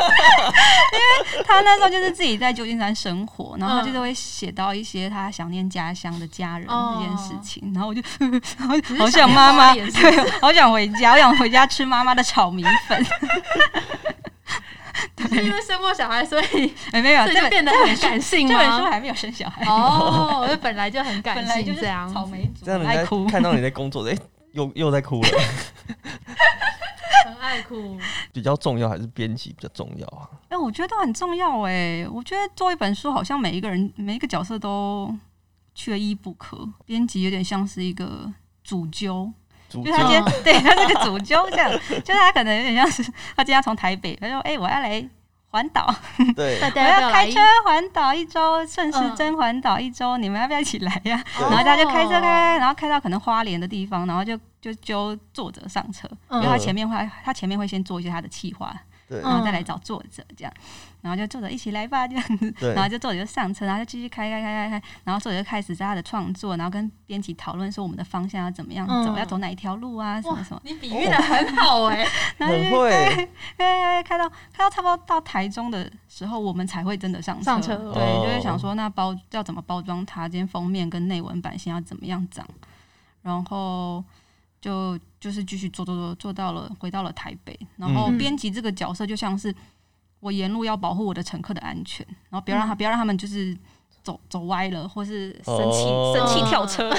他那时候就是自己在旧金山生活，然后他就是会写到一些他想念家乡的家人这件事情，哦、然后我就然后好想妈妈，对，好想回家，好想回家吃妈妈的炒米粉。 是因为生过小孩，所以哎没有， 这就变得很感性吗？ 这本书还没有生小孩哦，我本来就很感性，这样草莓族， 这样人家看到你在工作，哎，又又在哭了， 很爱爱哭。 比较重要还是编辑比较重要啊？ 哎、欸，我觉得都很重要哎、欸。我觉得做一本书，好像每一个人每一个角色都缺一不可。编辑有点像是一个主揪。就他今天对他是个主揪这样，就是他可能有点像是他今天从台北，他说：“哎、欸，我要来环岛， 对， 我要开车环岛一周，顺时针环岛一周，嗯、你们要不要一起来呀、啊？”然后他就开车开，然后开到可能花莲的地方，然后就就揪作者上车，因为他前面会他前面会先做一些他的企划。然后再来找作者这样，然后就作者一起来吧这样子，然后就作者就上车，然后就继续开开开开开，然后作者就开始在他的创作，然后跟编辑讨论说我们的方向要怎么样走，嗯、要走哪一条路啊什么什么。 你比喻的很好哎、欸， 然后就开开开开到开到差不多到台中的时候，我们才会真的上车。 上车对，就会想说那包要怎么包装它，今天封面跟内文版先要怎么样长，然后。就就是继续做做做做到了回到了台北，然后编辑这个角色就像是我沿路要保护我的乘客的安全，然后不要让他、嗯、不要让他们就是走走歪了，或是生气、哦、生气跳车。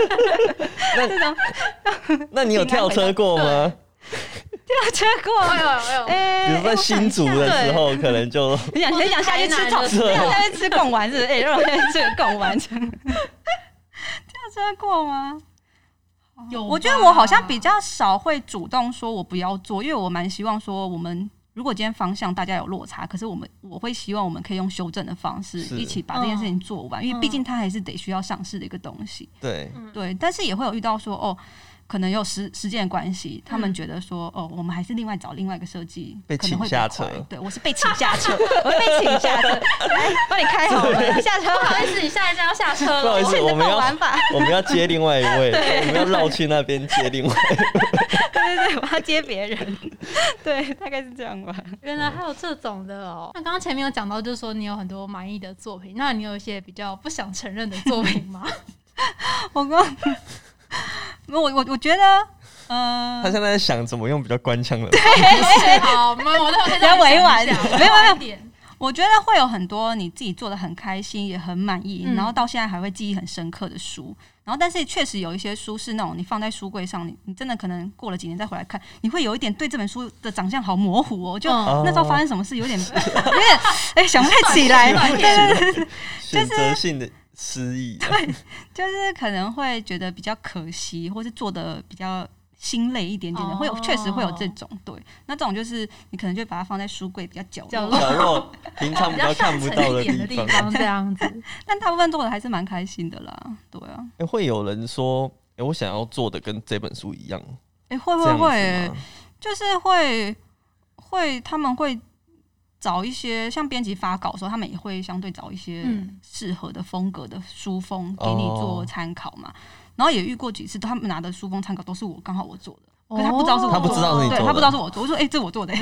那那你有跳车过吗？ 跳车过，哎呦哎呦， 哎，比如在新竹的时候，可能就很想很想下去吃草，下去吃贡丸是不是？哎，让我下去吃个贡丸。跳车过吗？有，我觉得我好像比较少会主动说我不要做，因为我蛮希望说我们如果今天方向大家有落差，可是我们我会希望我们可以用修正的方式一起把这件事情做完，嗯、因为毕竟它还是得需要上市的一个东西。 对对，但是也会有遇到说哦。可能有时时间的关系，他们觉得说，哦，我们还是另外找另外一个设计， 被请下车。 对，我是被请下车，我是被请下车，来帮你开好门，下车。不好意思，你下一站要下车了。 不好意思，我们要我们要接另外一位，我们要绕去那边接另外一位。 对对对，我要接别人。对，大概是这样吧。 原来还有这种的哦。那刚刚前面有讲到，就是说你有很多满意的作品，那你有一些比较不想承认的作品吗？ 我刚。我我我觉得，呃， 他现在在想怎么用比较官腔的， 对， 好，我都比较委婉，没有没有，我觉得会有很多你自己做的很开心，也很满意，嗯、然后到现在还会记忆很深刻的书。然后，但是确实有一些书是那种你放在书柜上，你你真的可能过了几年再回来看，你会有一点对这本书的长相好模糊哦。就、嗯、那时候发生什么事，有点有点哎、欸、想不太起来，对对对， 选择性的。失忆， 对，就是可能会觉得比较可惜，或是做的比较心累一点点的，哦、会有确实会有这种，对，那这种就是你可能就把它放在书柜比较角落， 角落平常比较看不到的地方，这样子。 但大部分做的还是蛮开心的啦，对啊。 欸、会有人说，哎、欸，我想要做的跟这本书一样， 哎、欸，会会会、欸，就是会会他们会。找一些像编辑发稿的时候，他们也会相对找一些适合的风格的书封给你做参考嘛。哦、然后也遇过几次，他们拿的书封参考都是我刚好我做的，可是他不知道是我做的， 他不知道是你做的， 对，他不知道是我做。我说：“哎、欸，这我做的。”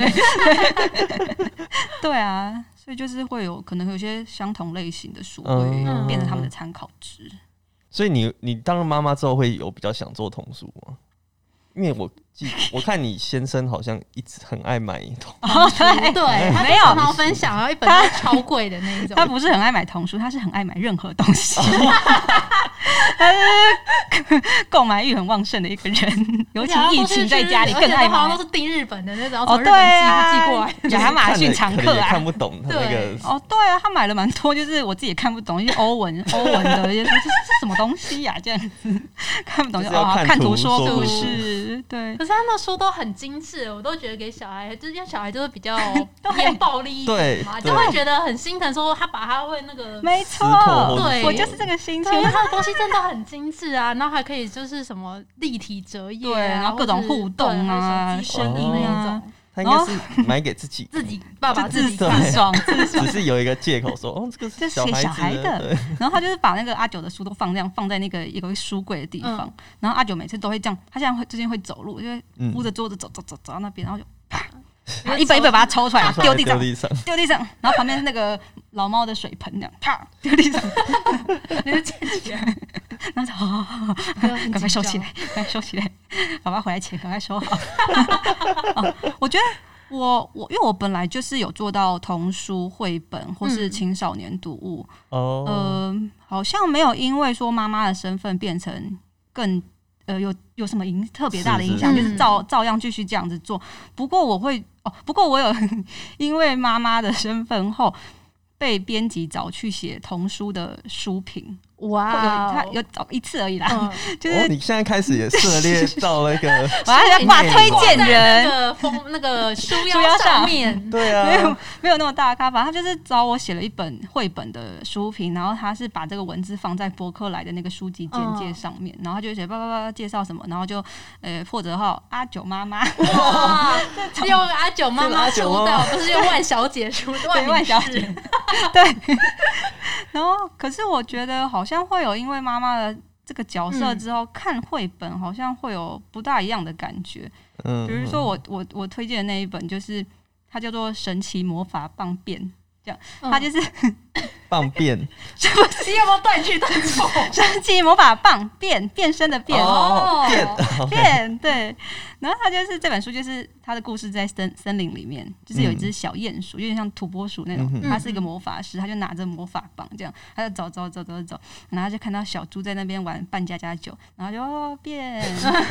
对啊，所以就是会有可能有些相同类型的书会变成他们的参考值。嗯、 所以你你当了妈妈之后，会有比较想做童书吗？因为我记，我看你先生好像一直很爱买童书， 哦、对对，他没有常常分享，然后一本都超贵的那一种。 他不是很爱买童书，他是很爱买任何东西。他是购买欲很旺盛的一个人，尤其疫情在家里更爱买， 好像都是订日本的那种，从日本寄寄过来， 亚马逊常客啊， 看不懂他那个。 哦，对啊，他买了蛮多，就是我自己也看不懂，一些欧文欧文的，这是什么东西呀？这样子看不懂就哦，看图说故事，对。 可是他们书都很精致，我都觉得给小孩，就是因为小孩就是比较偏暴力一点嘛，就会觉得很心疼，说他把他会那个， 没错， 对， 我就是这个心情， 因为他的东西真的很精致啊，然后还可以就是什么立体折页， 对，然后各种互动啊，声音那种。 他应该是买给自己， 自己爸爸自己自爽，自爽， 只是有一个借口说，哦，这个是小孩子的。小孩的然后他就是把那个阿九的书都放这样，放在那个一个书柜的地方。嗯、然后阿九每次都会这样，他现在会最近会走路，就会扶着桌子走走走走到那边，然后就啪，然后一本一本把它抽出来，丢地上，丢地上，然后旁边是那个老猫的水盆，这样啪丢地上，你就捡起来。然后就好好好，赶快收起来，赶快收起来，爸爸回来前赶快收好。哦、我觉得我我因为我本来就是有做到童书绘本或是青少年读物，嗯、呃，好像没有因为说妈妈的身份变成更呃有有什么影特别大的影响，就是照照样继续这样子做。不过我会哦，不过我有因为妈妈的身份后被编辑找去写童书的书评。哇、wow ，他有找一次而已啦，嗯、就是、 哦、你现在开始也涉猎到那个， 我还在挂推荐人， 那个封那个书腰上面， 对啊， 没有没有那么大咖，反正他就是找我写了一本绘本的书评，然后他是把这个文字放在博客来的那个书籍简介上面，嗯、然后他就写叭叭叭介绍什么，然后就呃破折号阿九妈妈， 哇，是用阿九妈妈出道，不是用万小姐出道， 对万小姐，对，然后可是我觉得好像。好像会有因为妈妈的这个角色之后、嗯、看绘本好像会有不大一样的感觉，嗯，比如说我我我推荐的那一本就是它叫做《神奇魔法棒变》，这样，嗯、它就是棒变， 是不是有没有断句断错？ 神奇魔法棒变变身的变哦变变对，然后它就是这本书就是它的故事在森森林里面，就是有一只小鼹鼠，有点像土拨鼠那种，它是一个魔法师，他就拿着魔法棒这样，他就走走走走走，然后就看到小猪在那边玩扮家家酒，然后就、哦、变，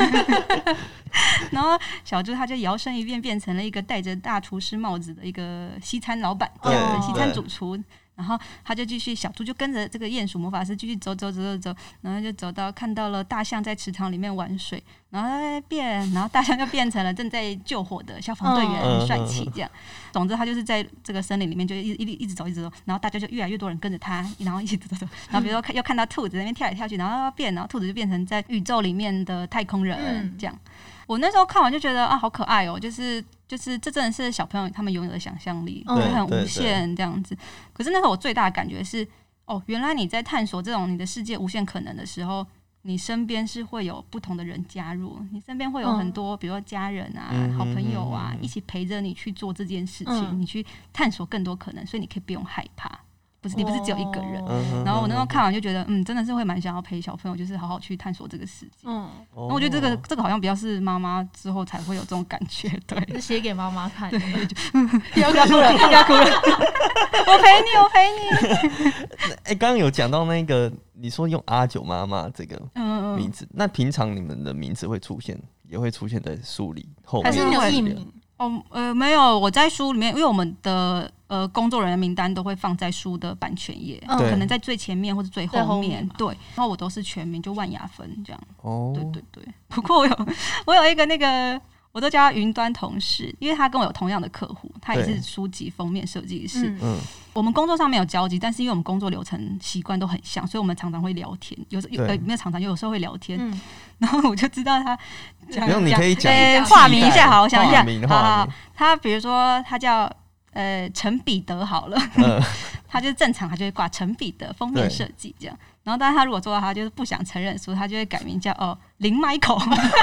然后小猪他就摇身一变变成了一个戴着大厨师帽子的一个西餐老板，对，西餐主厨。然后他就继续，小猪就跟着这个鼹鼠魔法师继续走走走走走，然后就走到看到了大象在池塘里面玩水，然后再变，然后大象就变成了正在救火的消防队员，很帅气这样。总之他就是在这个森林里面就一一一直走一直走，然后大家就越来越多人跟着他，然后一起走走走。然后比如说看又看到兔子在那边跳来跳去，然后变，然后兔子就变成在宇宙里面的太空人这样。我那时候看完就觉得啊，好可爱哦，就是就是这真的是小朋友他们拥有的想象力，就很无限这样子。可是那时候我最大的感觉是，哦，原来你在探索这种你的世界无限可能的时候，你身边是会有不同的人加入，你身边会有很多，比如说家人啊、嗯、好朋友啊，一起陪着你去做这件事情，嗯、你去探索更多可能，所以你可以不用害怕。不是你不是只有一个人，哦、然后我那时候看完就觉得，嗯，真的是会蛮想要陪小朋友，就是好好去探索这个世界。嗯，然后我觉得这个这个好像比较是妈妈之后才会有这种感觉，对， 是写给妈妈看的。 对，不要哭了，不要哭了，我陪你，我陪你。 哎，刚刚有讲到那个，你说用阿九妈妈这个名字，嗯嗯，那平常你们的名字会出现，也会出现在书里后面， 还是你有艺名？ 哦，呃，没有，我在书里面，因为我们的呃工作人员名单都会放在书的版权页，嗯、可能在最前面或者最后面，对，然后我都是全名，就万雅芬这样。哦，对对对。不过我有我有一个那个，我都叫他云端同事，因为他跟我有同样的客户，他也是书籍封面设计师。嗯，我们工作上没有交集，但是因为我们工作流程习惯都很像，所以我们常常会聊天，有时有呃没有常常，有时候会聊天。嗯，然后我就知道他。 不用，你可以讲化名一下，好，我想一下，好好，他比如说他叫呃陈彼得好了，嗯、他就是正常，他就会挂陈彼得封面设计这样。然后，但是他如果做到他就是不想承认，所以他就会改名叫哦林 Michael。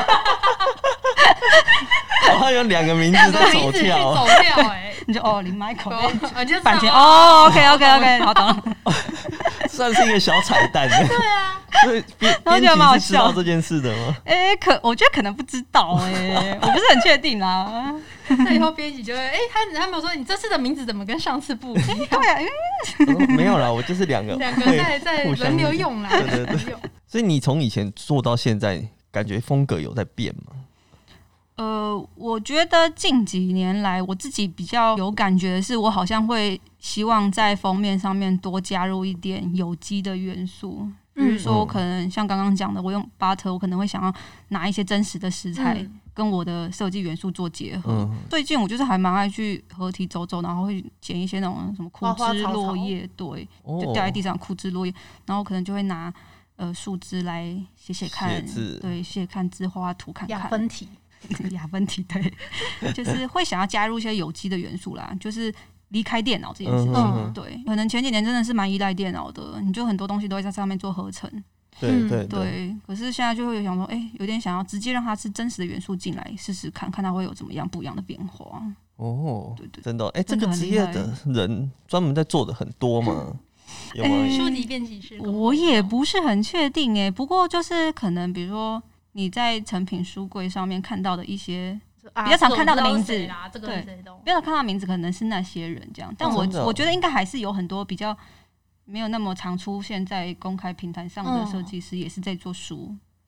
哦，他有两个名字在走跳， 走跳哎、欸， 你就哦林 Michael， 就版权哦 ，OK OK OK， 好懂了， 算是一个小彩蛋。 对啊， 所以编编辑是知道这件事的吗？ 哎、欸，可我觉得可能不知道哎、欸，我不是很确定啦。 那以后编辑就会哎、欸，他他们说你这次的名字怎么跟上次不一样？ 对啊， 哦、没有啦，我就是两个两个在在轮流用啦， 对对对。所以你从以前做到现在，感觉风格有在变吗？ 呃，我觉得近几年来，我自己比较有感觉的是，我好像会希望在封面上面多加入一点有机的元素。比如说，我可能像刚刚讲的，我用 butter， 我可能会想要拿一些真实的食材跟我的设计元素做结合。嗯、最近我就是还蛮爱去河堤走走，然后会捡一些那种什么枯枝落叶，对，就掉在地上枯枝落叶，然后可能就会拿呃树枝来写写看，对，写写看字，画画图看看。 雅芬体， 雅芬体，对，就是会想要加入一些有机的元素啦，就是。离开电脑这件事情，嗯、对，可能前几年真的是蛮依赖电脑的，你就很多东西都会在上面做合成， 对对 对, 对。可是现在就会想说，哎、欸，有点想要直接让它是真实的元素进来试试看，看它会有怎么样不一样的变化。 哦，对对，真的，哎、欸，这个职业的人专门在做的很多吗？有吗？ 欸、书籍编辑师， 我也不是很确定哎、欸，不过就是可能比如说你在成品书柜上面看到的一些。比较常看到的名字， 啊这个、对， 比较常看到的名字可能是那些人这样，但我、哦、我觉得应该还是有很多比较没有那么常出现在公开平台上的设计师，也是在做书，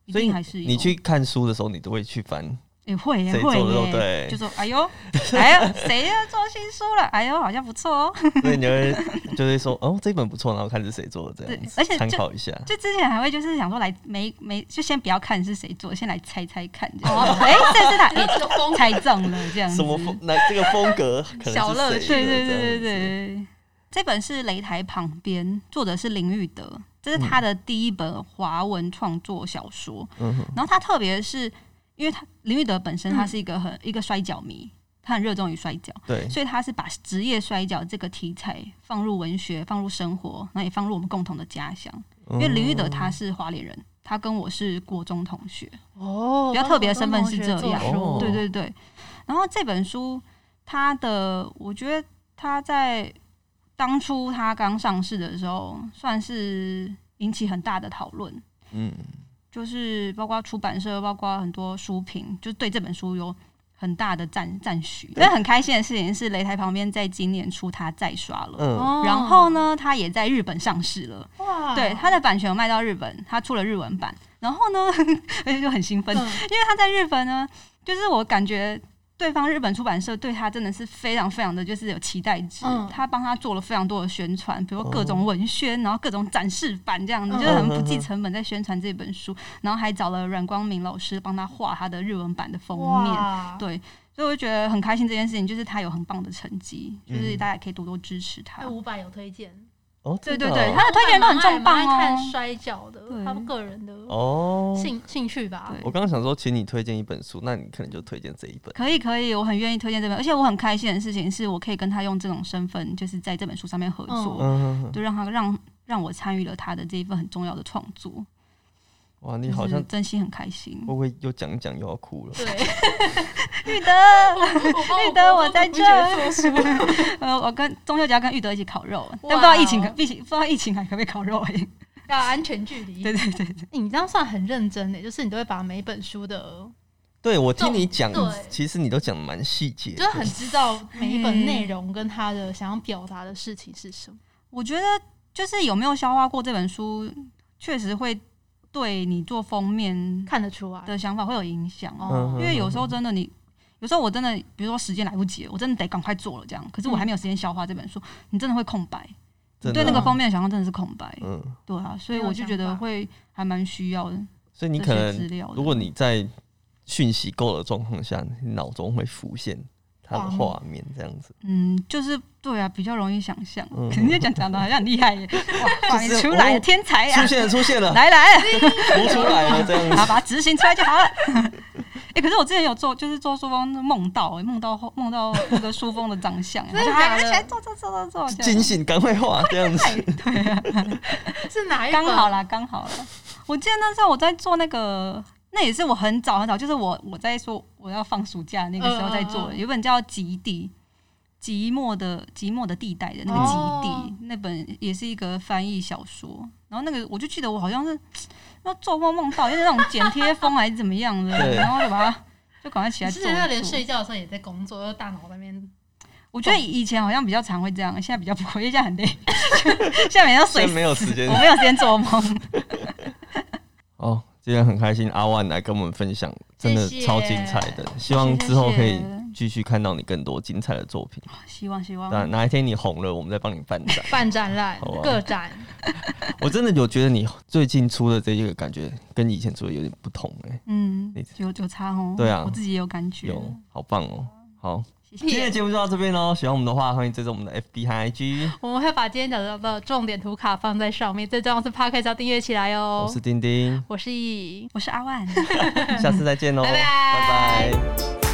一定还是有。 你去看书的时候，你都会去翻。 也、欸、会耶，会耶， 对， 就说哎呦，哎呦，谁要做新书了？哎呦，好像不错哦。 所以你会就会说，哦，这本不错，然后看是谁做的这样子，而且参考一下。 就之前还会就是想说来没没，就先不要看是谁做，先来猜猜看。哦，哎、欸，这是他，哎、欸，猜中了这样子。 什么风？那这个风格可能是谁的？小乐趣， 对对对对对。这本是擂台旁边，作者是林育德，这是他的第一本华文创作小说。嗯、然后他特别是。因为他林育德本身他是一个很、嗯、一个摔跤迷，他很热衷于摔跤，对，所以他是把职业摔跤这个题材放入文学，放入生活，那也放入我们共同的家乡。嗯、因为林育德他是花莲人，他跟我是国中同学，哦，比较特别的身份是这样，哦、对对对。然后这本书，他的我觉得他在当初他刚上市的时候，算是引起很大的讨论，嗯。就是包括出版社，包括很多书评，就对这本书有很大的赞赞许。但很开心的事情是，擂台旁边在今年初它再刷了，嗯、然后呢，它也在日本上市了。哇！对，它的版权有卖到日本，它出了日文版。然后呢，而且就很兴奋，嗯、因为它在日本呢，就是我感觉。对方日本出版社对他真的是非常非常的就是有期待值，嗯、他帮他做了非常多的宣传，比如各种文宣，然后各种展示版这样子，嗯、就是很不计成本在宣传这本书，然后还找了阮光明老师帮他画他的日文版的封面，对，所以我就觉得很开心这件事情，就是他有很棒的成绩，就是大家也可以多多支持他。 伍佰有推荐。 哦， 对对对，他的推荐都很重磅哦。 看摔跤的，他们个人的哦兴兴趣吧。 我刚刚想说，请你推荐一本书，那你可能就推荐这一本。 可以可以，我很愿意推荐这本，而且我很开心的事情是我可以跟他用这种身份，就是在这本书上面合作，嗯、就让他让让我参与了他的这一份很重要的创作。 哇，你好像真心很开心。 会不会又讲一讲又要哭了？ 对， 育德，育德，我在这。呃，我跟中秋节要跟育德一起烤肉，但不知道疫情可不知道疫情还可不可以烤肉而已。 要安全距离。 对对对对， 你这样算很认真诶，就是你都会把每本书的。 对，我听你讲，其实你都讲的蛮细节， 就是很知道每一本内容跟他的想要表达的事情是什么。 我觉得就是有没有消化过这本书，确实会。对你做封面看得出来的想法会有影响，哦、因为有时候真的你，有时候我真的，比如说时间来不及了，我真的得赶快做了这样，可是我还没有时间消化这本书，嗯、你真的会空白，你对那个封面的想象真的是空白，嗯，对啊，所以我就觉得会还蛮需要的。 所以你可能，如果你在讯息够的状况下，你脑中会浮现它的画面这样子， 嗯，就是对啊，比较容易想象。嗯、肯定讲讲的好像很厉害耶，哇，画面出来了，天才啊！ 出现了，出现了， 来来， 浮出来了，这样子， 好，把它执行出来就好了。哎、欸，可是我之前有做，就是做书封梦到，梦到梦到那个书封的长相， 真的假的？ 起来做做做做做， 惊醒，赶快画这样子。 对啊， 是哪一本？ 刚好啦，刚好了。我记得那时候我在做那个。那也是我很早很早，就是我我在说我要放暑假那个时候在做的，有本叫《极地》，寂寞的寂寞的地带的那个《极地》，哦、那本也是一个翻译小说。然后那个我就记得我好像是要做梦梦到，就是那种剪贴风还是怎么样的，然后就把它就赶快起来做。 之前连睡觉的时候也在工作，大脑那边。 我觉得以前好像比较常会这样，现在比较不会，因为现在很累，现在每天要睡， 没有时间， 我没有时间做梦。 哦。今天很开心，阿万来跟我们分享，真的超精彩的。谢谢希望之后可以继续看到你更多精彩的作品。 希望希望。 那哪一天你红了，我们再帮你办展。 办展览，个展。 我真的有觉得你最近出的这一个感觉跟以前出的有点不同哎、欸。 嗯，有有差哦。 对啊， 我自己也有感觉。 有，好棒哦。好。今天的节目就到这边喽，喜欢我们的话，欢迎追踪我们的 F B 和 I G。 我们会把今天讲到的重点图卡放在上面，最重要是 Podcast 要订阅起来哦。 我是丁丁， 我是易， 我是阿万， 下次再见喽，拜拜。拜拜。